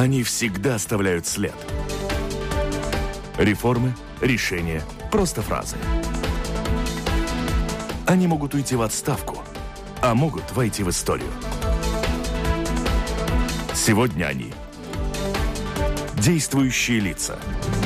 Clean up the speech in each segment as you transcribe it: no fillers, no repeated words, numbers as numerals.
Они всегда оставляют след. Реформы, решения, просто фразы. Они могут уйти в отставку, а могут войти в историю. Сегодня они – действующие лица.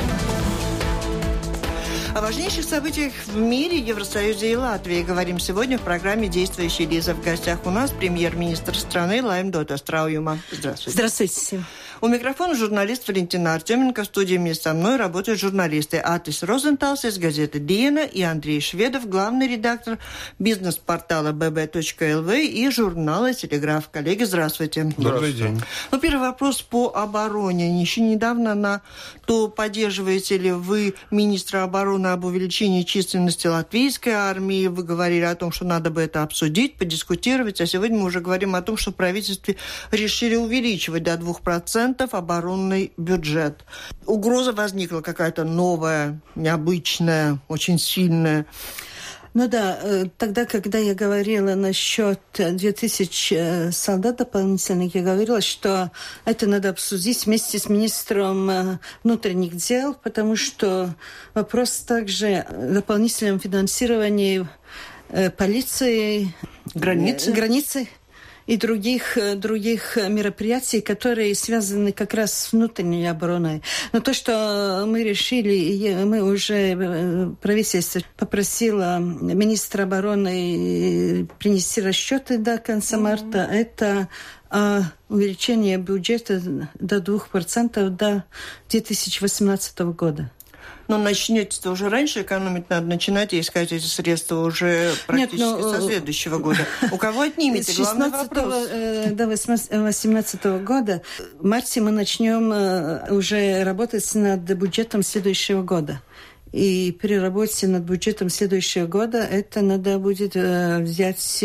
О важнейших событиях в мире, Евросоюзе и Латвии говорим сегодня в программе «Действующие лица». В гостях у нас премьер-министр страны Лаймдота Страуюма. Здравствуйте. Здравствуйте. У микрофона журналист Валентина Артеменко. В студии вместе со мной работают журналисты Атис Розенталс из газеты «Диена» и Андрей Шведов, главный редактор бизнес-портала bb.lv и журнала «Телеграф». Коллеги, здравствуйте. Добрый день. Ну, первый вопрос по обороне. Еще недавно то поддерживаете ли вы министра обороны об увеличении численности латвийской армии? Вы говорили о том, что надо бы это обсудить, подискутировать. А сегодня мы уже говорим о том, что в правительстве решили увеличивать до 2% оборонный бюджет. Угроза возникла какая-то новая, необычная, очень сильная. Ну да, тогда, когда я говорила насчет 2000 солдат дополнительных, я говорила, что это надо обсудить вместе с министром внутренних дел, потому что вопрос также о дополнительном финансировании полиции, границы и других мероприятий, которые связаны как раз с внутренней обороной. Но то, что мы решили, мы уже, правительство попросило министра обороны принести расчеты до конца марта, это увеличение бюджета до 2% до 2018 года. Но начнете-то уже раньше экономить, надо начинать и искать эти средства уже практически со следующего года. У кого отнимете? Главный вопрос. До 2018 года в марте мы начнем уже работать над бюджетом следующего года. И при работе над бюджетом следующего года это надо будет взять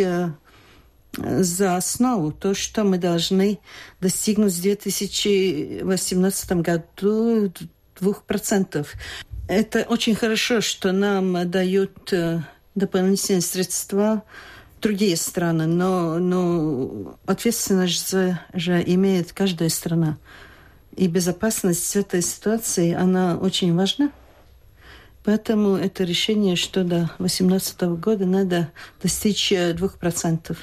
за основу то, что мы должны достигнуть в 2018 году 2%. Это очень хорошо, что нам дают дополнительные средства другие страны, но ответственность же имеет каждая страна. И безопасность в этой ситуации, она очень важна. Поэтому это решение, что до 2018 года надо достичь 2%.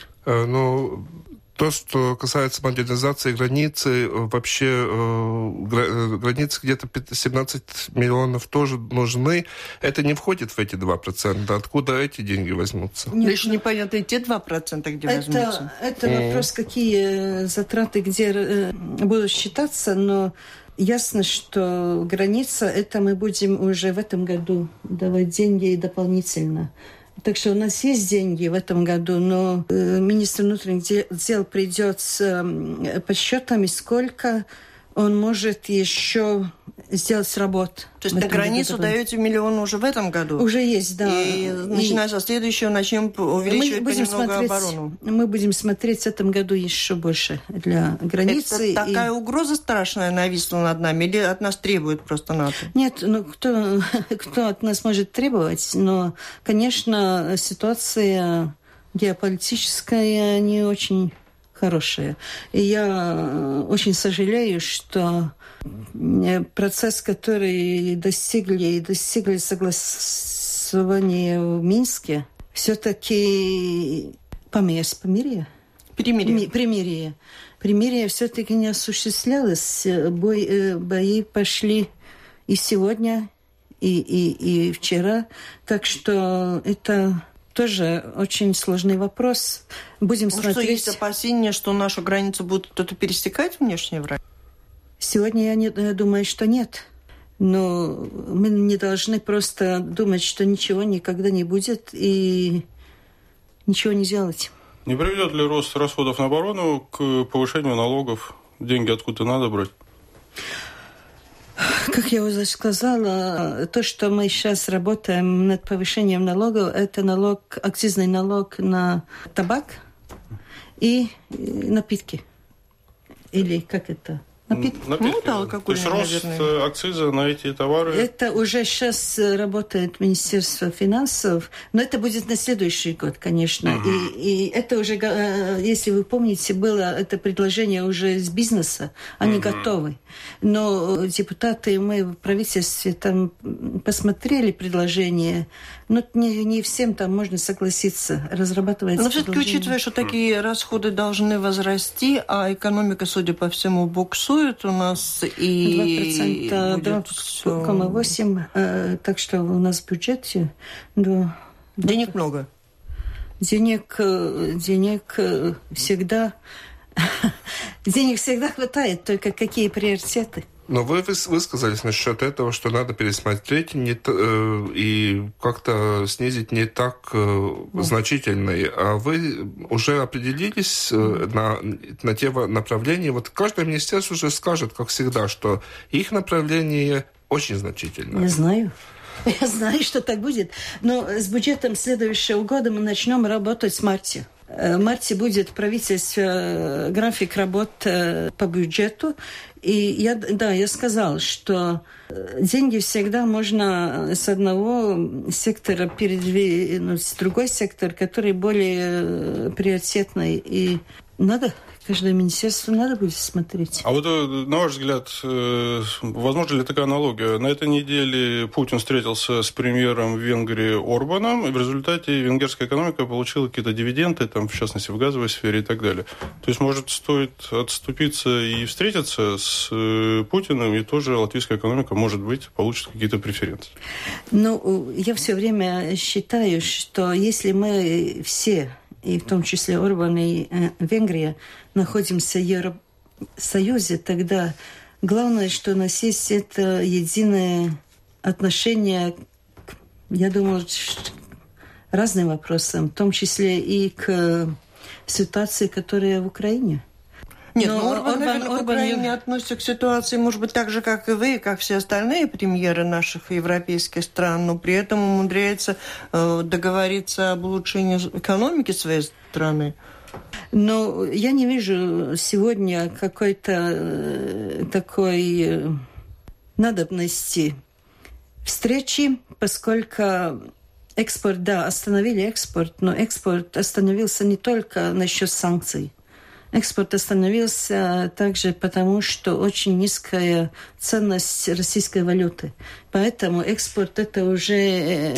То, что касается модернизации границы, вообще границы где-то 17 миллионов тоже нужны. Это не входит в эти 2%. Откуда эти деньги возьмутся? Нет, еще непонятно, и те 2%, где возьмутся. Это вопрос, какие затраты где будут считаться, но ясно, что граница, это мы будем уже в этом году давать деньги дополнительно. Так что у нас есть деньги в этом году, но министр внутренних дел придет с подсчетами, сколько он может еще сделать работ. То есть на границу даете миллион уже в этом году? Уже есть, да. И начиная со следующего начнем увеличивать понемногу оборону? Мы будем смотреть в этом году еще больше для границы. Это такая угроза страшная нависла над нами или от нас требует просто НАТО? Нет, кто от нас может требовать? Но, конечно, ситуация геополитическая не очень хорошая. И я очень сожалею, что процесс, который достигли согласования в Минске, все-таки Примирие все-таки не осуществлялось. Бои пошли и сегодня, и вчера. Так что это тоже очень сложный вопрос. Будем смотреть. Что, есть опасения, что нашу границу будут кто-то пересекать внешне враг? Сегодня я думаю, что нет. Но мы не должны просто думать, что ничего никогда не будет и ничего не делать. Не приведет ли рост расходов на оборону к повышению налогов? Деньги откуда надо брать? Как я уже сказала, то, что мы сейчас работаем над повышением налогов, это акцизный налог на табак и напитки. Или как это? Напитки. Ну, да, то есть рост акциза на эти товары? Это уже сейчас работает Министерство финансов, но это будет на следующий год, конечно. И это уже, если вы помните, было это предложение уже из бизнеса, они готовы. Но депутаты, мы в правительстве там посмотрели предложение, но не всем там можно согласиться, разрабатывается. Но все-таки, учитывая, что такие расходы должны возрасти, а экономика, судя по всему, буксует у нас, и 2,8%, так что у нас в бюджете... Денег много. Денег всегда... Денег всегда хватает, только какие приоритеты? Но вы высказались насчет этого, что надо пересмотреть и как-то снизить не так значительно. А вы уже определились на те направления? Вот каждое министерство уже скажет, как всегда, что их направление очень значительно. Я знаю, что так будет. Но с бюджетом следующего года мы начнем работать в марте. В марте будет правительство график работ по бюджету. И я сказал, что деньги всегда можно с одного сектора передвинуть в другой сектор, который более приоритетный. И каждое министерство надо будет смотреть. А вот, на ваш взгляд, возможно ли такая аналогия? На этой неделе Путин встретился с премьером Венгрии Орбаном, и в результате венгерская экономика получила какие-то дивиденды, там, в частности, в газовой сфере и так далее. То есть, может, стоит отступиться и встретиться с Путиным, и тоже латвийская экономика, может быть, получит какие-то преференции? Я все время считаю, что если мы все, и в том числе Орбан и Венгрия, находимся в Евросоюзе, тогда главное, что у нас есть это единое отношение, я думаю, к разным вопросам, в том числе и к ситуации, которая в Украине. Нет, Орбан к Украине относится к ситуации, может быть, так же, как и вы, как все остальные премьеры наших европейских стран, но при этом умудряется договориться об улучшении экономики своей страны. Но я не вижу сегодня какой-то такой надобности встречи, поскольку экспорт, остановили экспорт, но экспорт остановился не только насчет санкций. Экспорт остановился также потому, что очень низкая ценность российской валюты. Поэтому экспорт это уже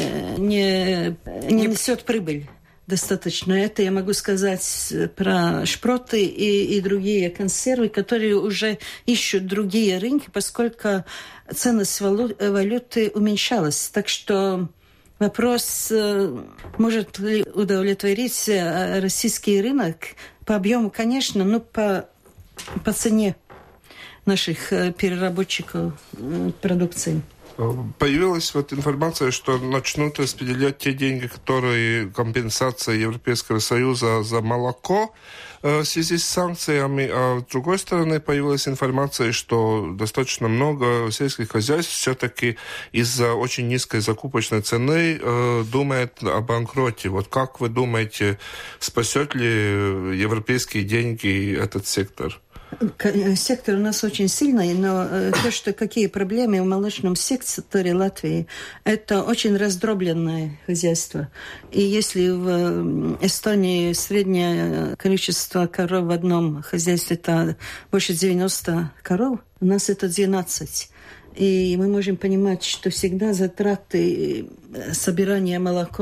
не несет прибыль достаточно. Это я могу сказать про шпроты и другие консервы, которые уже ищут другие рынки, поскольку ценность валюты уменьшалась. Так что вопрос, может ли удовлетворить российский рынок по объему, конечно, но по цене наших переработчиков продукции. Появилась информация, что начнут распределять те деньги, которые компенсация Европейского Союза за молоко в связи с санкциями. А с другой стороны, появилась информация, что достаточно много сельских хозяйств все-таки из-за очень низкой закупочной цены думает о банкроте. Вот как вы думаете, спасет ли европейские деньги этот сектор? Сектор у нас очень сильный, но то, что какие проблемы в молочном секторе Латвии, это очень раздробленное хозяйство. И если в Эстонии среднее количество коров в одном хозяйстве это больше 90 коров, у нас это 12. И мы можем понимать, что всегда затраты собрания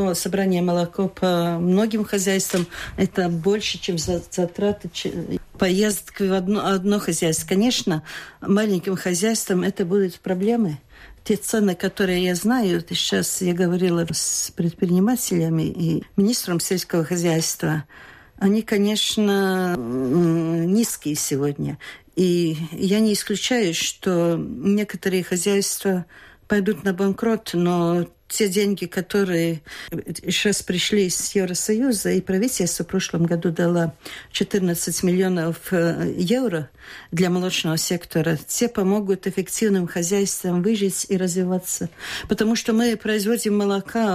молока по многим хозяйствам это больше, чем затраты поездки в одно хозяйство. Конечно, маленьким хозяйствам это будут проблемы. Те цены, которые я знаю, сейчас я говорила с предпринимателями и министром сельского хозяйства, они, конечно, низкие сегодня. И я не исключаю, что некоторые хозяйства пойдут на банкрот, но те деньги, которые сейчас пришли из Евросоюза, и правительство в прошлом году дало 14 миллионов евро для молочного сектора, те помогут эффективным хозяйствам выжить и развиваться. Потому что мы производим молока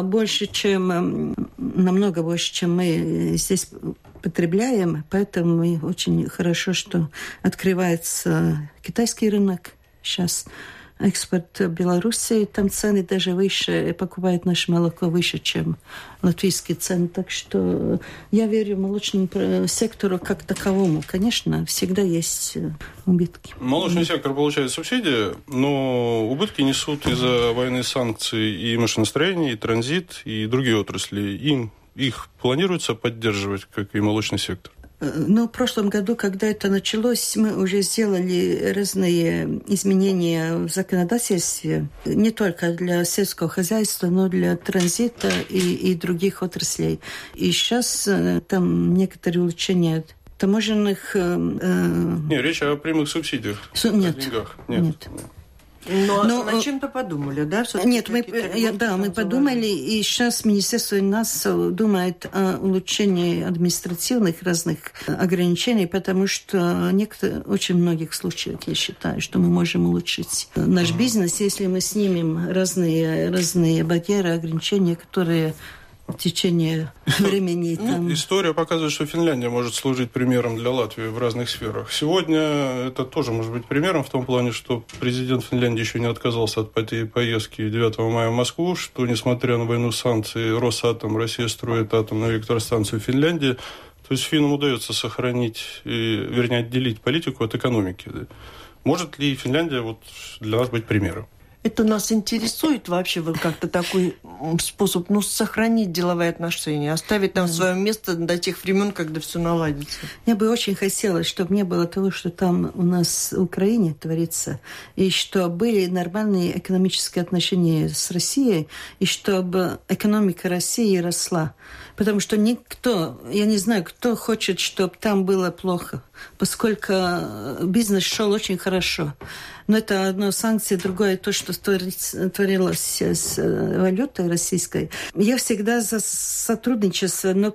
намного больше, чем мы здесь потребляем. Поэтому очень хорошо, что открывается китайский рынок сейчас. Экспорт Белоруссии, там цены даже выше, покупают наше молоко выше, чем латвийские цены. Так что я верю молочному сектору как таковому. Конечно, всегда есть убытки. Молочный сектор получает субсидии, но убытки несут из-за военных санкций и машиностроение, и транзит, и другие отрасли. Их планируется поддерживать, как и молочный сектор? В прошлом году, когда это началось, мы уже сделали разные изменения в законодательстве, не только для сельского хозяйства, но для транзита и других отраслей. И сейчас там некоторые улучшения таможенных... Нет, речь о прямых субсидиях. Нет. О деньгах. Нет. Но над чем-то подумали, да? Нет, мы подумали, и сейчас Министерство финансов думает о улучшении административных разных ограничений, потому что очень многих случаях, я считаю, что мы можем улучшить наш бизнес, если мы снимем разные барьеры, ограничения, которые в течение времени. История показывает, что Финляндия может служить примером для Латвии в разных сферах. Сегодня это тоже может быть примером в том плане, что президент Финляндии еще не отказался от поездки 9 мая в Москву, что, несмотря на войну санкций, Росатом, Россия строит атомную электростанцию в Финляндии. То есть финнам удается отделить политику от экономики. Может ли Финляндия для нас быть примером? Это нас интересует вообще как-то такой способ, сохранить деловые отношения, оставить там свое место до тех времен, когда все наладится. Я бы очень хотела, чтобы не было того, что там у нас в Украине творится, и что были нормальные экономические отношения с Россией, и чтобы экономика России росла. Потому что я не знаю, кто хочет, чтобы там было плохо, поскольку бизнес шел очень хорошо. Но это одно санкции, другое то, что творилось с валютой российской. Я всегда за сотрудничество, но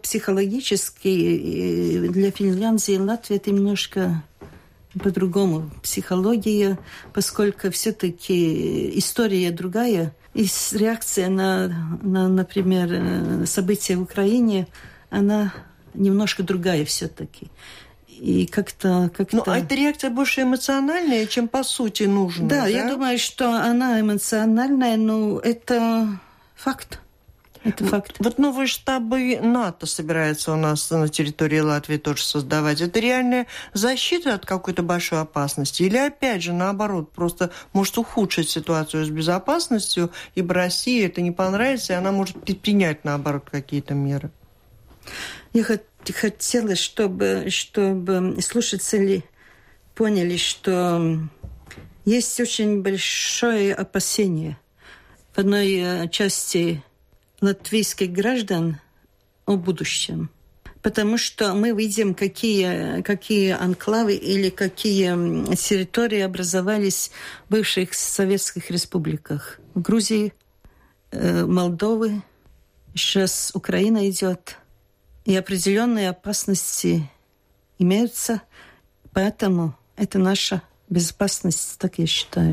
психологически для Финляндии и Латвии это немножко по-другому. Психология, поскольку все-таки история другая. И реакция на, например, события в Украине, она немножко другая все-таки. И как-то... А эта реакция больше эмоциональная, чем по сути нужна. Да, я думаю, что она эмоциональная, но это факт. Это факт. Новые штабы НАТО собираются у нас на территории Латвии тоже создавать. Это реальная защита от какой-то большой опасности? Или, опять же, наоборот, просто может ухудшить ситуацию с безопасностью, ибо России это не понравится, и она может предпринять, наоборот, какие-то меры? Я хотела, чтобы слушатели поняли, что есть очень большое опасение в одной части латвийских граждан о будущем. Потому что мы видим, какие анклавы или какие территории образовались в бывших советских республиках. В Грузии, Молдовы, сейчас Украина идет. И определенные опасности имеются, поэтому это наша безопасность, так я считаю.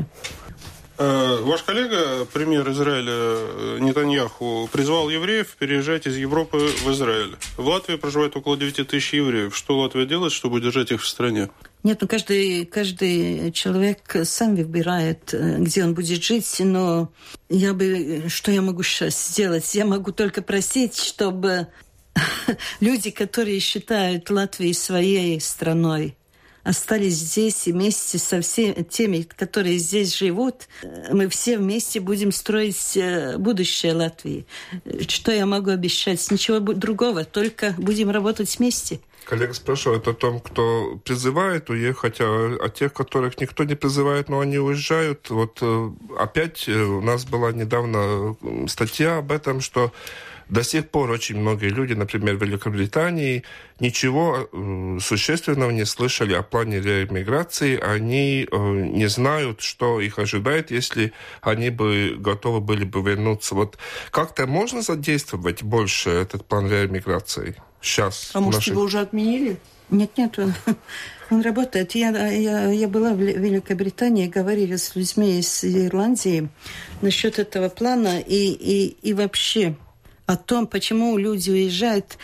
Ваш коллега, премьер Израиля Нетаньяху, призвал евреев переезжать из Европы в Израиль. В Латвии проживает около 9 тысяч евреев. Что Латвия делает, чтобы удержать их в стране? Нет, каждый человек сам выбирает, где он будет жить, но что я могу сейчас сделать? Я могу только просить, чтобы люди, которые считают Латвию своей страной, остались здесь и вместе со всеми теми, которые здесь живут. Мы все вместе будем строить будущее Латвии. Что я могу обещать? Ничего другого, только будем работать вместе. Коллега спрашивает о том, кто призывает уехать, о тех, которых никто не призывает, но они уезжают. Опять у нас была недавно статья об этом, что До сих пор очень многие люди, например, в Великобритании, ничего существенного не слышали о плане реэмиграции. Они не знают, что их ожидает, если они бы готовы были бы вернуться. Вот как-то можно задействовать больше этот план реэмиграции сейчас? А может, его уже отменили? Нет, он работает. Я была в Великобритании, говорила с людьми из Ирландии насчет этого плана и вообще о том, почему люди уезжают.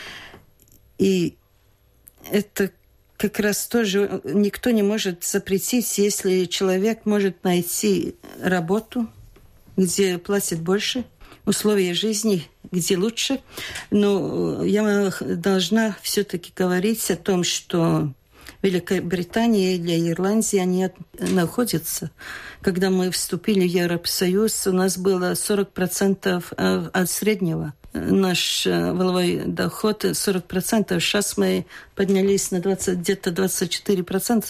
И это как раз тоже никто не может запретить, если человек может найти работу, где платят больше, условия жизни, где лучше. Но я должна все-таки говорить о том, что Великобритания или Ирландия, они находятся. Когда мы вступили в Евросоюз, у нас было 40% от среднего. Наш валовой доход 40%. Сейчас мы поднялись на где-то 24%,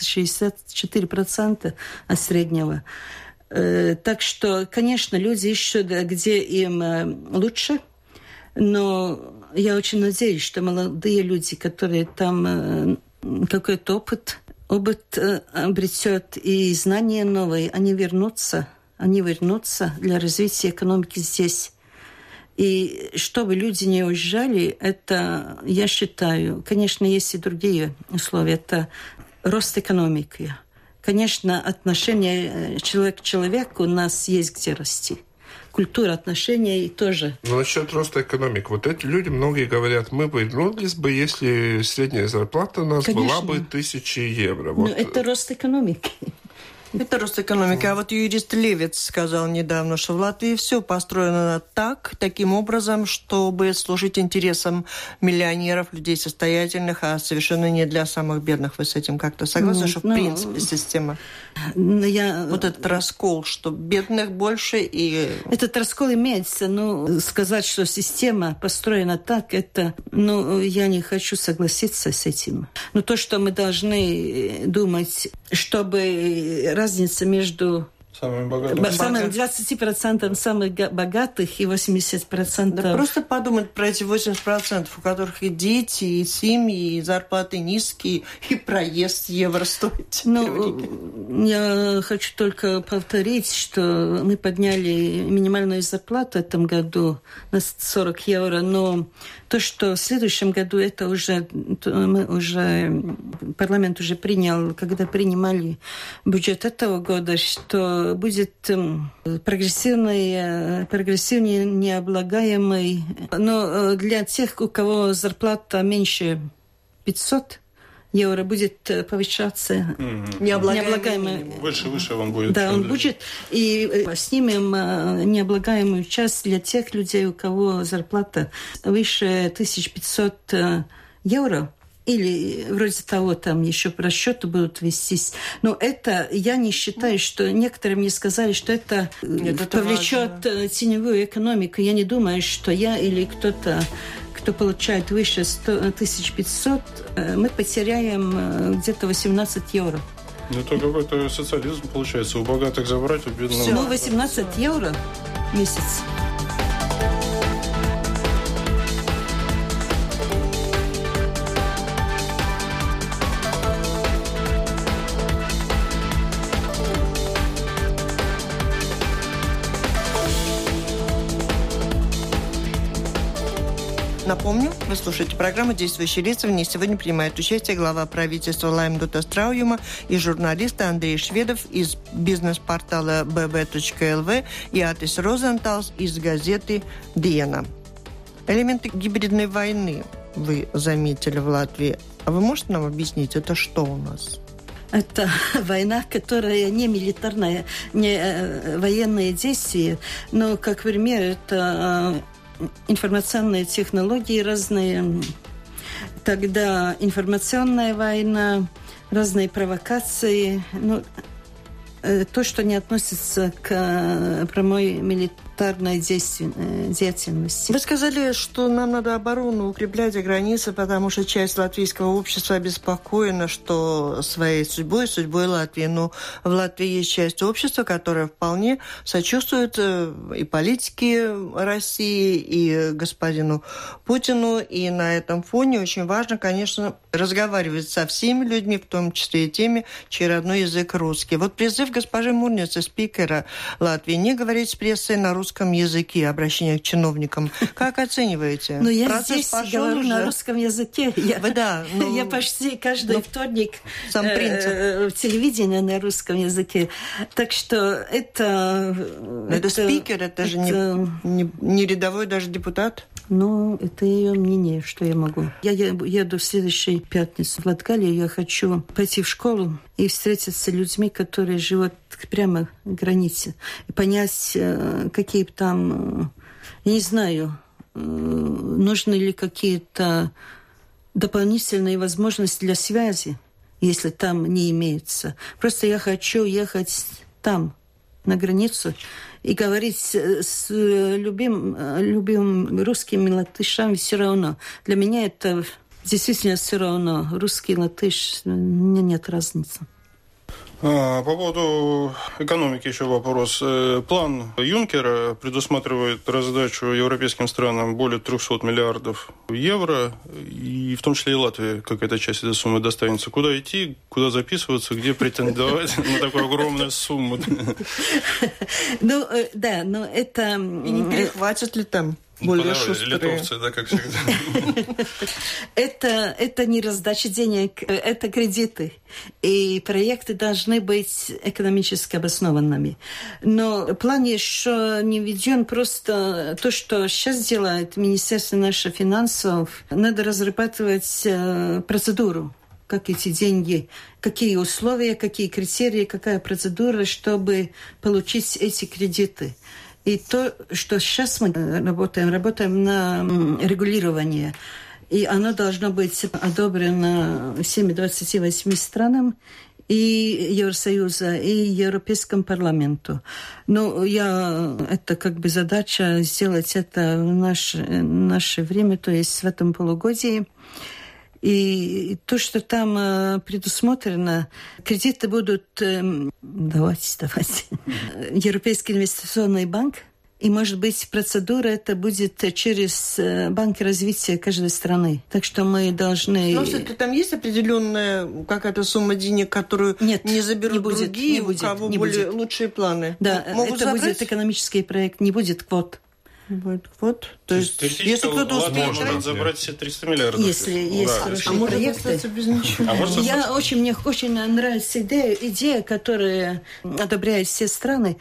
64% от среднего. Так что, конечно, люди ищут, где им лучше, но я очень надеюсь, что молодые люди, которые там какой-то опыт обретет и знания новые, они вернутся для развития экономики здесь. И чтобы люди не уезжали, это, я считаю, конечно, есть и другие условия. Это рост экономики. Конечно, отношения человек к человеку у нас есть где расти. Культура отношений тоже. Но насчет роста экономики. Вот эти люди, многие говорят, мы бы вернулись бы, если средняя зарплата у нас была бы 1000 евро. Вот. Но это рост экономики. Это рост экономики. А вот юрист Левец сказал недавно, что в Латвии все построено таким образом, чтобы служить интересам миллионеров, людей состоятельных, а совершенно не для самых бедных. Вы с этим как-то согласны, что в принципе система? Вот этот раскол, что бедных больше и... Этот раскол имеется, но сказать, что система построена так, это... я не хочу согласиться с этим. Но то, что мы должны думать, чтобы разница между самым 20% самых богатых и 80%... Да просто подумать про эти 80%, у которых и дети, и семьи, и зарплаты низкие, и проезд евро стоит. Я хочу только повторить, что мы подняли минимальную зарплату в этом году на 40 евро, но то, что в следующем году это парламент уже принял, когда принимали бюджет этого года, что будет прогрессивный, необлагаемый. Но для тех, у кого зарплата меньше 500 евро, будет повышаться необлагаемый. Выше он будет. Да, он будет. И снимем необлагаемую часть для тех людей, у кого зарплата выше 1500 евро. Или вроде того, там еще расчеты будут вестись. Но это, я не считаю, что некоторые мне сказали, что это повлечет теневую экономику. Я не думаю, что я или кто-то, кто получает выше 1500, мы потеряем где-то 18 евро. Это какой-то социализм получается. У богатых забрать, у бедных... 18 евро в месяц. Напомню, вы слушаете программу «Действующие лица». В ней сегодня принимает участие глава правительства Лаймдута Страуюма и журналисты Андрей Шведов из бизнес-портала bb.lv и Атис Розенталс из газеты «Диена». Элементы гибридной войны вы заметили в Латвии. А вы можете нам объяснить, это что у нас? Это война, которая не милитарная, не военные действия, но, как пример, это... информационные технологии разные, тогда информационная война, разные провокации, то, что не относится к прямой гуманитарной деятельности. Вы сказали, что нам надо оборону укреплять, границы, потому что часть латвийского общества обеспокоена, что своей судьбой Латвии. Но в Латвии есть часть общества, которая вполне сочувствует и политике России, и господину Путину. И на этом фоне очень важно, конечно, разговаривать со всеми людьми, в том числе и теми, чей родной язык русский. Вот призыв госпожи Мурницы, спикера Латвии, не говорить с прессой на русском языке, обращение к чиновникам. Как оцениваете? Ну, я здесь говорю уже на русском языке. Я почти каждый вторник в телевидении на русском языке. Так что это спикер, это же не рядовой даже депутат? Ну, это ее мнение, что я могу. Я еду в следующую пятницу в Латгалию. Я хочу пойти в школу и встретиться с людьми, которые живут прямо на границе. И понять, какие там, я не знаю, нужны ли какие-то дополнительные возможности для связи, если там не имеется. Просто я хочу ехать там, на границу, и говорить с любым русским латышам все равно. Для меня это действительно все равно. Русский, латыш, у меня нет разницы. По поводу экономики еще вопрос. План Юнкера предусматривает раздачу европейским странам более 300 миллиардов евро, и в том числе и Латвии какая-то часть этой суммы достанется. Куда идти, куда записываться, где претендовать на такую огромную сумму? Ну, да, но это... И не перехватят ли там? Более шустрые. Литовцы, да, как всегда. Это не раздача денег, это кредиты. И проекты должны быть экономически обоснованными. Но план еще не введен, просто то, что сейчас делает Министерство наших финансов, надо разрабатывать процедуру. Как эти деньги, какие условия, какие критерии, какая процедура, чтобы получить эти кредиты. И то, что сейчас мы работаем на регулирование. И оно должно быть одобрено всеми 28 странам и Евросоюза, и Европейскому парламенту. Но это как бы задача сделать это в наше время, то есть в этом полугодии. И то, что там предусмотрено, кредиты будут давать. Европейский инвестиционный банк. И, может быть, процедура это будет через Банк развития каждой страны. Так что мы должны... Но все-таки там есть определенная какая-то сумма денег, которую не заберут другие, у кого более лучшие планы? Да, это будет экономический проект, не будет квот. Будет квот. То есть если кто-то успеет... Можно забрать все 300 миллиардов. Если есть хорошие проекты. Без ничего. Мне очень нравится идея, которая одобряет все страны,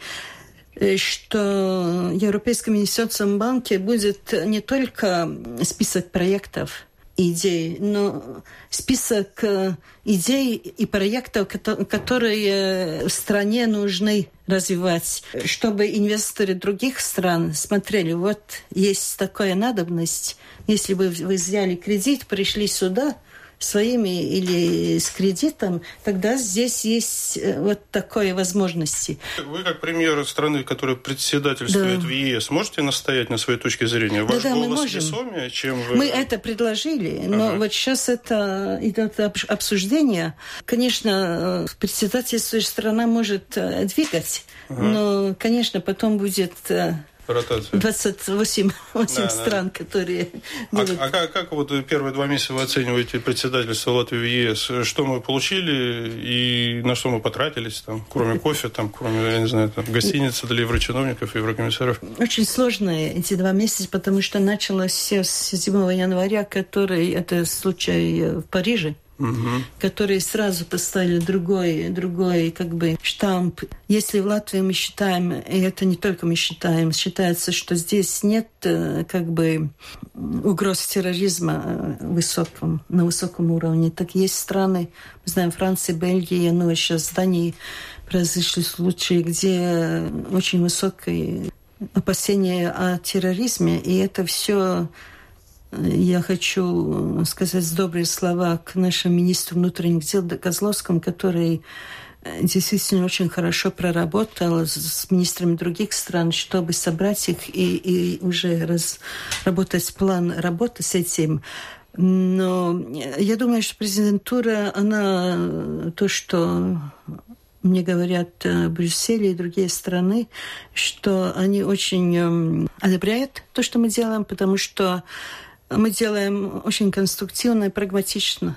что в Европейском инвестиционном банке будет не только список проектов, идей, но список идей и проектов, которые в стране нужны развивать, чтобы инвесторы других стран смотрели, вот есть такая надобность, если бы вы взяли кредит, пришли сюда своими или с кредитом, тогда здесь есть вот такой возможности. Вы, как премьер страны, которая председательствует в ЕС, можете настоять на своей точке зрения? Ваш голос весомее, чем вы... Мы это предложили, но вот сейчас это идет обсуждение. Конечно, председательствующая страна может двигать, но, конечно, потом будет... Ротация. 28 стран, которые... А как вот первые 2 месяца вы оцениваете председательство Латвии в ЕС? Что мы получили и на что мы потратились, там, кроме кофе, там, кроме, я не знаю, там, гостиницы для еврочиновников, еврокомиссаров? Очень сложные эти 2 месяца, потому что началось все с 7 января, это случай в Париже. Которые сразу поставили другой как бы штамп. Если в Латвии мы считаем, и это не только мы считаем, считается, что здесь нет как бы угроз терроризма на высоком уровне, так есть страны, мы знаем, Франция, Бельгия, сейчас в Дании произошли случаи, где очень высокое опасение о терроризме, и это все... Я хочу сказать добрые слова к нашему министру внутренних дел Козловскому, который действительно очень хорошо проработал с министрами других стран, чтобы собрать их и уже разработать план работы с этим. Но я думаю, что президентура, она то, что мне говорят в Брюсселе и другие страны, что они очень одобряют то, что мы делаем, потому что мы делаем очень конструктивно и прагматично,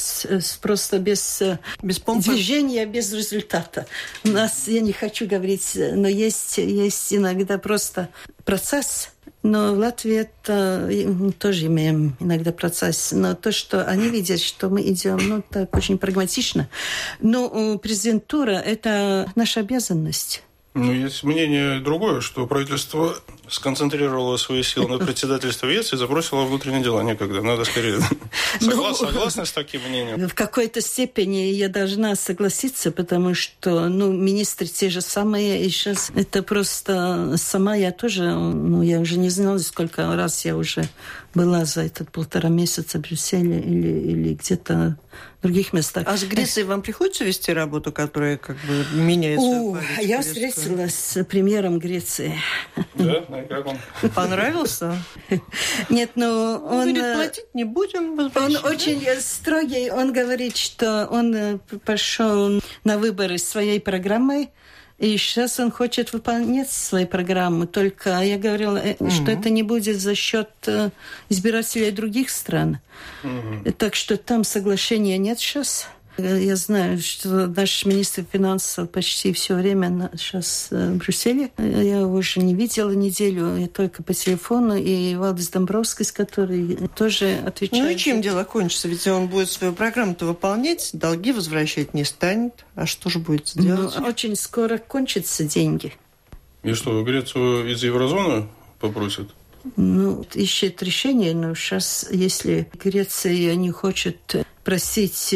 просто без движения, без результата. У нас, я не хочу говорить, но есть иногда просто процесс. Но в Латвии это тоже имеем иногда процесс. Но то, что они видят, что мы идем, так очень прагматично. Но президентура – это наша обязанность. Есть мнение другое, что правительство сконцентрировало свои силы на председательстве ЕС и забросило внутренние дела некогда. Надо скорее... Согласны с таким мнением? В какой-то степени я должна согласиться, потому что министры те же самые. И сейчас это просто сама я тоже... я уже не знала, сколько раз я уже была за этот 1,5 месяца в Брюсселе или где-то в других местах. А с Грецией вам приходится вести работу, которая как бы меняет свою политику? Я встретилась с премьером Греции. Да? Как он? Понравился? Нет, он... говорит, платить не будем. Он очень строгий. Он говорит, что он пошел на выборы своей программой, и сейчас он хочет выполнять свои программы. Только я говорила, что это не будет за счет избирателей других стран. Так что там соглашения нет сейчас. Я знаю, что наш министр финансов почти все время сейчас в Брюсселе. Я его уже не видела неделю, я только по телефону. И Валдис Домбровскис, который тоже отвечает. И чем дело кончится? Ведь он будет свою программу-то выполнять, долги возвращать не станет. А что же будет делать? Очень скоро кончатся деньги. И что, Грецию из еврозоны попросят? Ищет решение, но сейчас, если Греция не хочет просить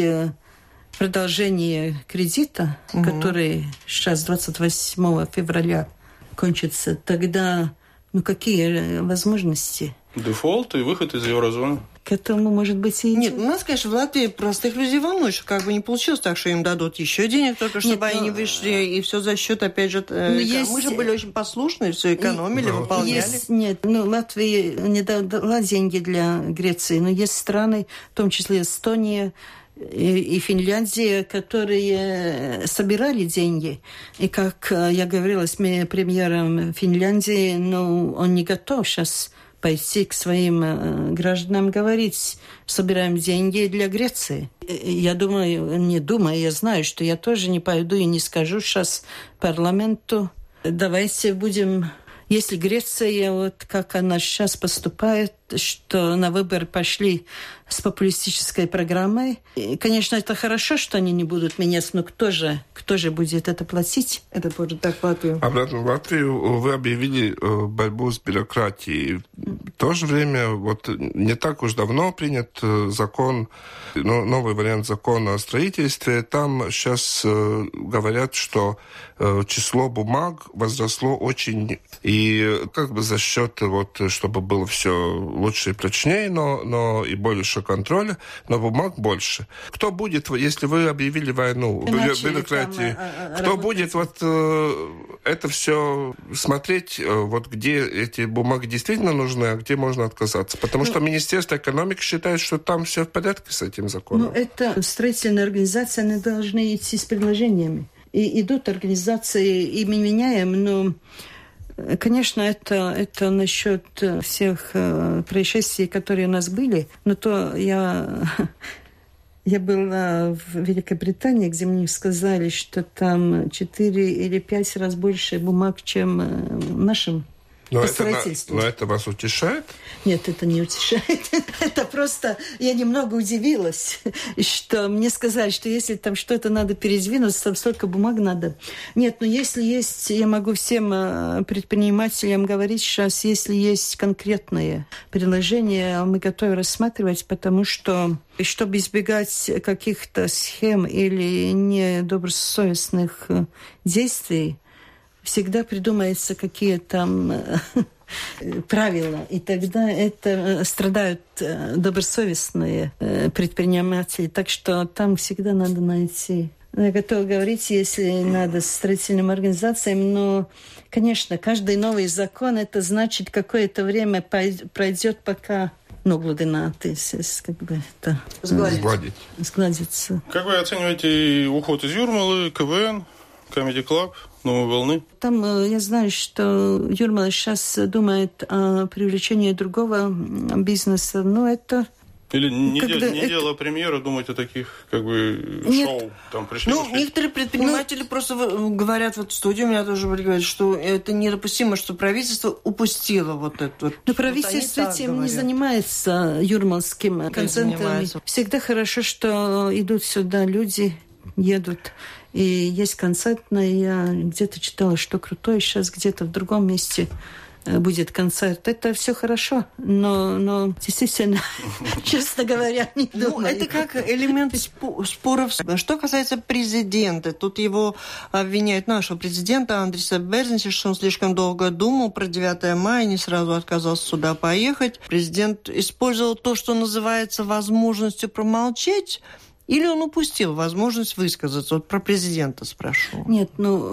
продолжение кредита, который сейчас 28 февраля кончится, тогда какие возможности? Дефолт и выход из еврозоны. К этому, может быть, и... Нет, у нас, конечно, в Латвии простых людей волнует, что как бы не получилось так, что им дадут еще денег, только чтобы они не вышли, и все за счет, опять же... Мы же были очень послушны, все экономили, выполняли. Латвия не дала деньги для Греции, но есть страны, в том числе Эстония, и Финляндия, которые собирали деньги. И как я говорила с премьером Финляндии, он не готов сейчас пойти к своим гражданам говорить, собираем деньги для Греции. Я я знаю, что я тоже не пойду и не скажу сейчас парламенту, давайте будем... Если Греция, как она сейчас поступает, что на выборы пошли с популистической программой, и, конечно, это хорошо, что они не будут менять, но кто же будет это платить? Это будет так в Латвию. Обратно в Латвию вы объявили борьбу с бюрократией. В то же время, не так уж давно принят закон, новый вариант закона о строительстве. Там сейчас говорят, что число бумаг возросло очень, и как бы за счет, чтобы было все лучше и прочнее, но и больше контроля, но бумаг больше. Кто будет, если вы объявили войну бюрократии, кто будет это все смотреть, где эти бумаги действительно нужны, а где можно отказаться? Потому что Министерство экономики считает, что там все в порядке с этим законом. Это строительные организации, они должны идти с предложениями. И идут организации, и мы меняем, но... Конечно, это насчет всех происшествий, которые у нас были. Но то я была в Великобритании, где мне сказали, что там 4 или 5 раз больше бумаг, чем в нашем строительстве. Но это вас утешает? Нет, это не утешает. Это просто... Я немного удивилась, что мне сказали, что если там что-то надо передвинуть, там столько бумаг надо. Нет, но если есть... Я могу всем предпринимателям говорить сейчас, если есть конкретные предложения, мы готовы рассматривать, потому что, чтобы избегать каких-то схем или недобросовестных действий, всегда придумаются какие-то правила, и тогда это страдают добросовестные предприниматели. Так что там всегда надо найти Я готова говорить, если надо, с строительным организациям, но, конечно, каждый новый закон, это значит, какое-то время пройдет, пока глубина, то есть, как бы это сгладится. Как вы оцениваете уход из Юрмалы, КВН, Comedy Club, Новой волны? Там я знаю, что Юрмала сейчас думает о привлечении другого бизнеса, но это... Или не делая премьеры, думать о таких, как бы, шоу. Там пришли, некоторые предприниматели просто говорят, в студии у меня тоже говорят, что это недопустимо, что правительство упустило вот это. Но правительство этим не занимается, юрмалским концертами. Всегда хорошо, что идут сюда люди, едут. И есть концертная, я где-то читала, что крутое, сейчас где-то в другом месте будет концерт. Это все хорошо, но действительно, честно говоря, не думаю. Это как элемент споров. Что касается президента, тут его обвиняют нашего президента Андриса Берзинса, что он слишком долго думал про 9 мая, не сразу отказался сюда поехать. Президент использовал то, что называется возможностью промолчать, или он упустил возможность высказаться? Вот про президента спрошу. Нет,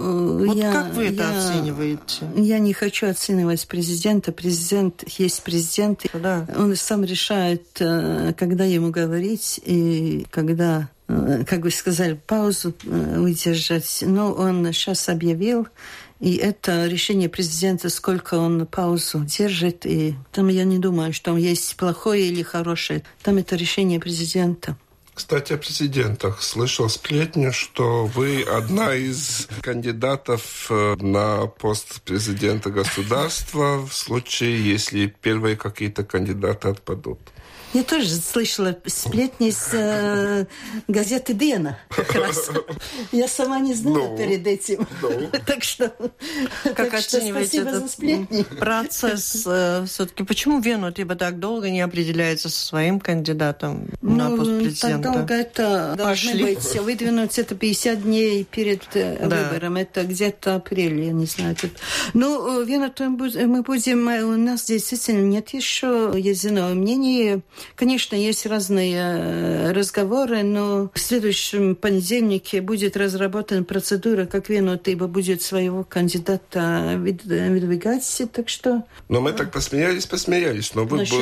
как вы это оцениваете? Я не хочу оценивать президента. Президент есть президент. Да. Он сам решает, когда ему говорить и когда, как вы сказали, паузу выдержать. Но он сейчас объявил, и это решение президента, сколько он паузу держит. И там я не думаю, что есть плохое или хорошее. Там это решение президента. Кстати, о президентах. Слышал сплетню, что вы одна из кандидатов на пост президента государства в случае, если первые какие-то кандидаты отпадут. Я тоже слышала сплетни с газеты «Дена» как раз. Я сама не знала перед этим. Так что оцениваете этот процесс? Все-таки почему Вену так долго не определяется со своим кандидатом на пост президента? Так долго это должно быть. Выдвинуть это 50 дней перед выбором. Это где-то апрель, я не знаю. Ну, Вену мы будем... У нас действительно нет еще единого мнения. Конечно, есть разные разговоры, но в следующем понедельнике будет разработана процедура, как Венуtība будет своего кандидата выдвигать, так что... Но мы так посмеялись. Но вы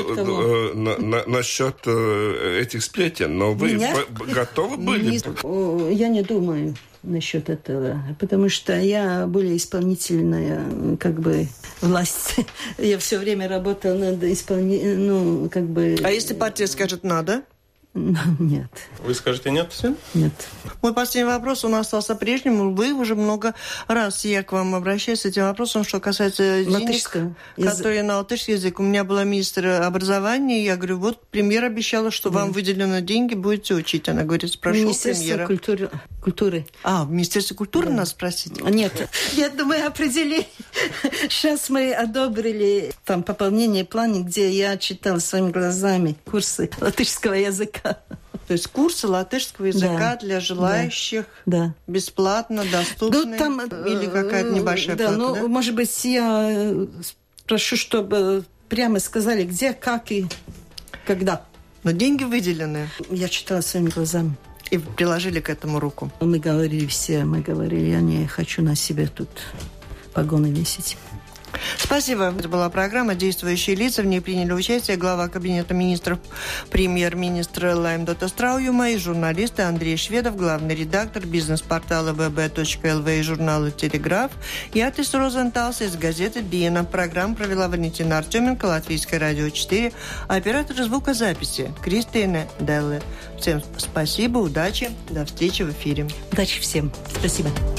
насчет этих сплетен, но вы готовы были? Я не думаю насчет этого, потому что я более исполнительная, власть. Я все время работала над исполнением, А если партия скажет «надо»? Нет. Вы скажете «нет»? Все? Нет. Мой последний вопрос у нас остался прежним. Вы уже много раз, я к вам обращаюсь с этим вопросом, что касается денег, которые на латышский язык. У меня была министр образования, и я говорю, вот премьер обещала, что вам выделено деньги, будете учить. Она говорит, спрошу Министерство культуры. В Министерстве культуры нас спросить? Нет. Я думаю, определили. Сейчас мы одобрили пополнение плана, где я читала своими глазами курсы латышского языка. То есть курсы латышского языка для желающих бесплатно, доступны? Или какая-то небольшая плата? Может быть, я прошу, чтобы прямо сказали, где, как и когда. Но деньги выделены. Я читала своими глазами. И приложили к этому руку. Мы говорили, я не хочу на себе тут погоны весить. Спасибо. Это была программа «Действующие лица». В ней приняли участие глава Кабинета министров, премьер-министр Лаймдота Страуюма и журналисты Андрей Шведов, главный редактор бизнес-портала vb.lv и журнала «Телеграф», и Атис Розенталс из газеты «Диена». Программу провела Валентина Артеменко, Латвийское радио 4, оператор звукозаписи Кристина Делле. Всем спасибо, удачи, до встречи в эфире. Удачи всем. Спасибо.